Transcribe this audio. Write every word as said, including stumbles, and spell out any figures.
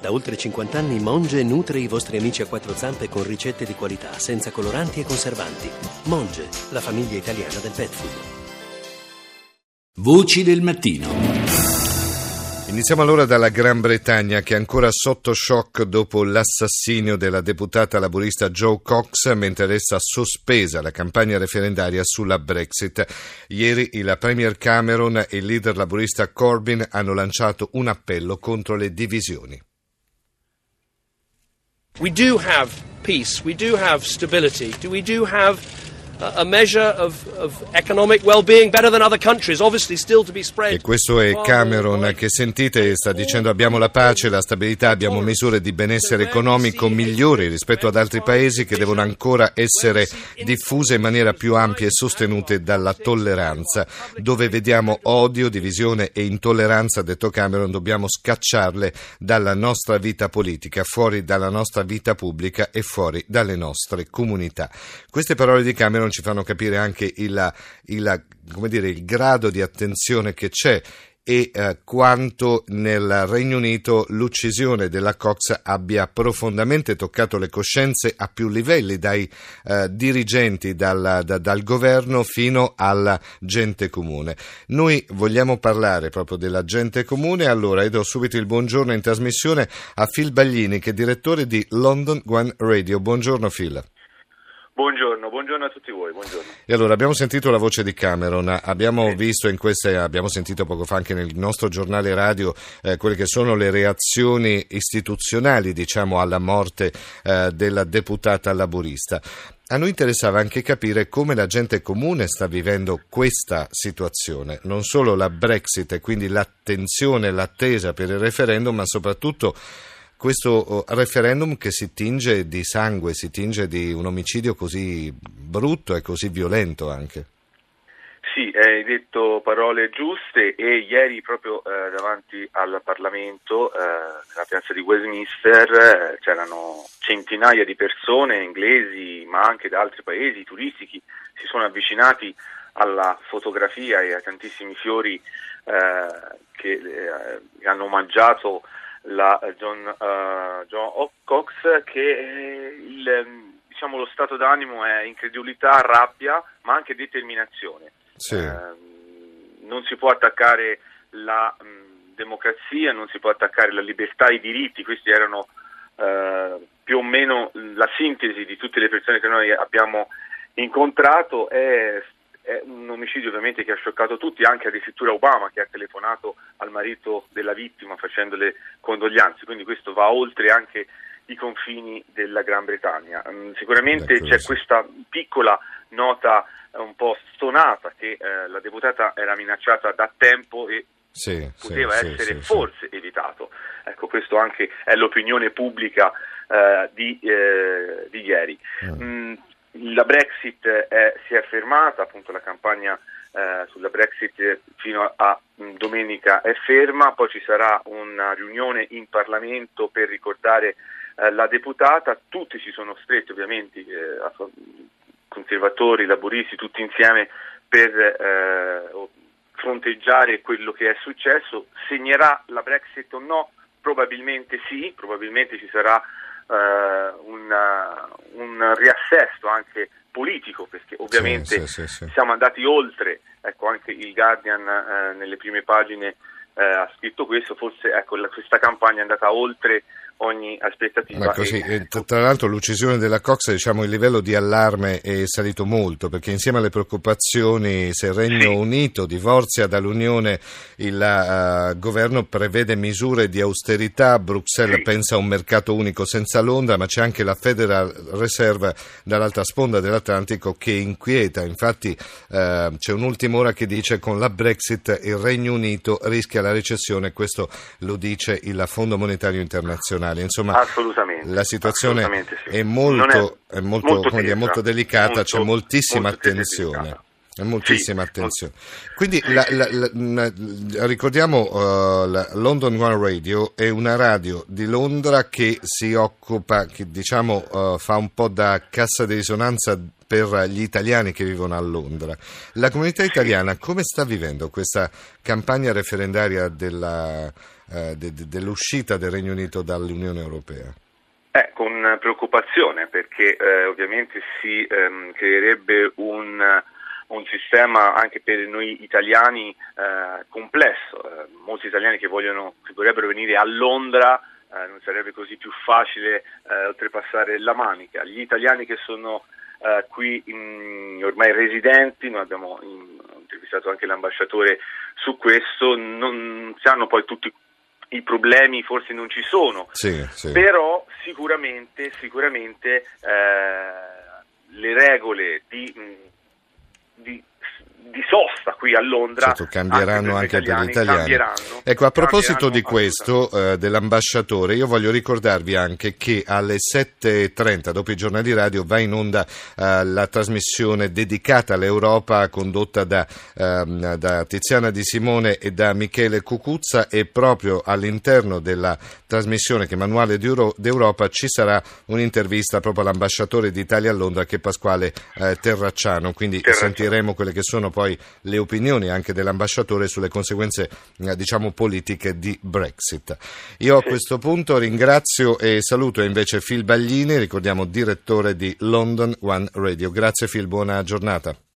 Da oltre cinquanta anni Monge nutre i vostri amici a quattro zampe con ricette di qualità, senza coloranti e conservanti. Monge, la famiglia italiana del pet food. Voci del mattino. Iniziamo allora dalla Gran Bretagna, che è ancora sotto shock dopo l'assassinio della deputata laburista Jo Cox, mentre resta sospesa la campagna referendaria sulla Brexit. Ieri il Premier Cameron e il leader laburista Corbyn hanno lanciato un appello contro le divisioni. We do have peace, we do have stability, we do have a measure of, of economic well-being better than other countries, obviously still to be spread. E questo è Cameron che sentite, sta dicendo abbiamo la pace, la stabilità, abbiamo misure di benessere economico migliori rispetto ad altri paesi che devono ancora essere diffuse in maniera più ampia e sostenute dalla tolleranza. Dove vediamo odio, divisione e intolleranza, ha detto Cameron, dobbiamo scacciarle dalla nostra vita politica, fuori dalla nostra vita pubblica e fuori dalle nostre comunità. Queste parole di Cameron ci fanno capire anche il, il, come dire, il grado di attenzione che c'è e eh, quanto nel Regno Unito l'uccisione della Cox abbia profondamente toccato le coscienze a più livelli, dai eh, dirigenti, dal, da, dal governo fino alla gente comune. Noi vogliamo parlare proprio della gente comune, allora e do subito il buongiorno in trasmissione a Phil Baglini, che è direttore di London One Radio. Buongiorno Phil. Buongiorno, buongiorno a tutti voi, buongiorno. E allora abbiamo sentito la voce di Cameron, abbiamo sì. visto in queste, abbiamo sentito poco fa anche nel nostro giornale radio eh, quelle che sono le reazioni istituzionali, diciamo, alla morte eh, della deputata laburista. A noi interessava anche capire come la gente comune sta vivendo questa situazione, non solo la Brexit e quindi l'attenzione, l'attesa per il referendum, ma soprattutto questo referendum che si tinge di sangue, si tinge di un omicidio così brutto e così violento anche. Sì, hai detto parole giuste e ieri proprio eh, davanti al Parlamento, eh, nella piazza di Westminster, eh, c'erano centinaia di persone, inglesi ma anche da altri paesi, turistici, si sono avvicinati alla fotografia e ai tantissimi fiori eh, che eh, hanno omaggiato la John, uh, John Cox, che eh, il, diciamo, lo stato d'animo è incredulità, rabbia, ma anche determinazione. Sì. Uh, non si può attaccare la mh, democrazia, non si può attaccare la libertà, i diritti. Questi erano uh, più o meno la sintesi di tutte le persone che noi abbiamo incontrato. È È un omicidio ovviamente che ha scioccato tutti, anche addirittura Obama, che ha telefonato al marito della vittima facendo le condoglianze, quindi questo va oltre anche i confini della Gran Bretagna. Um, sicuramente c'è questa piccola nota uh, un po' stonata che uh, la deputata era minacciata da tempo e sì, poteva sì, essere sì, forse sì. evitato. Ecco, questo anche è l'opinione pubblica uh, di, uh, di ieri. Mm. Mm, La Brexit è, si è fermata, appunto la campagna eh, sulla Brexit fino a, a domenica è ferma, poi ci sarà una riunione in Parlamento per ricordare eh, la deputata, tutti si sono stretti ovviamente, eh, conservatori, laburisti, tutti insieme per eh, fronteggiare quello che è successo. Segnerà la Brexit o no? Probabilmente sì, probabilmente ci sarà Uh, una, un riassesto anche politico, perché ovviamente sì, sì, sì, sì. siamo andati oltre, ecco, anche il Guardian uh, nelle prime pagine uh, ha scritto questo, forse ecco, la, questa campagna è andata oltre ogni aspettativa. Ma così, e, e, tra l'altro l'uccisione della Cox, diciamo, il livello di allarme è salito molto, perché insieme alle preoccupazioni, se il Regno sì. Unito divorzia dall'Unione, il uh, governo prevede misure di austerità, Bruxelles sì. pensa a un mercato unico senza Londra, ma c'è anche la Federal Reserve dall'altra sponda dell'Atlantico che inquieta. Infatti uh, c'è un'ultima ora che dice con la Brexit il Regno Unito rischia la recessione, questo lo dice il Fondo Monetario Internazionale. Insomma, assolutamente, la situazione assolutamente sì. è molto, è è molto, molto, come dire, molto delicata, molto, c'è moltissima molto attenzione. delicata. È moltissima sì, attenzione. molto... Quindi la, la, la, la, ricordiamo uh, la London One Radio è una radio di Londra che si occupa, che diciamo uh, fa un po' da cassa di risonanza per gli italiani che vivono a Londra. La comunità italiana come sta vivendo questa campagna referendaria della, eh, de, de, dell'uscita del Regno Unito dall'Unione Europea? Eh, con preoccupazione, perché eh, ovviamente si ehm, creerebbe un, un sistema anche per noi italiani eh, complesso. Eh, molti italiani che vogliono, che vorrebbero venire a Londra, eh, non sarebbe così più facile eh, oltrepassare la Manica. Gli italiani che sono eh, qui in, ormai residenti, noi abbiamo in, intervistato anche l'ambasciatore su questo, non si hanno poi tutti i problemi, forse non ci sono, sì, sì. Però sicuramente, sicuramente eh, le regole di, di, di sosta qui a Londra certo, cambieranno anche per gli italiani. Cambieranno, ecco, a proposito di cambieranno questo, eh, dell'ambasciatore, io voglio ricordarvi anche che alle sette e trenta, dopo i giornali radio, va in onda eh, la trasmissione dedicata all'Europa condotta da, eh, da Tiziana Di Simone e da Michele Cucuzza, e proprio all'interno della trasmissione che è Manuale d'Europa ci sarà un'intervista proprio all'ambasciatore d'Italia a Londra, che è Pasquale eh, Terracciano, quindi Terracciano. sentiremo quelle che sono poi le opinioni anche dell'ambasciatore sulle conseguenze eh, diciamo politiche di Brexit. Io a sì. questo punto ringrazio e saluto invece Phil Baglini, ricordiamo direttore di London One Radio. Grazie Phil, buona giornata.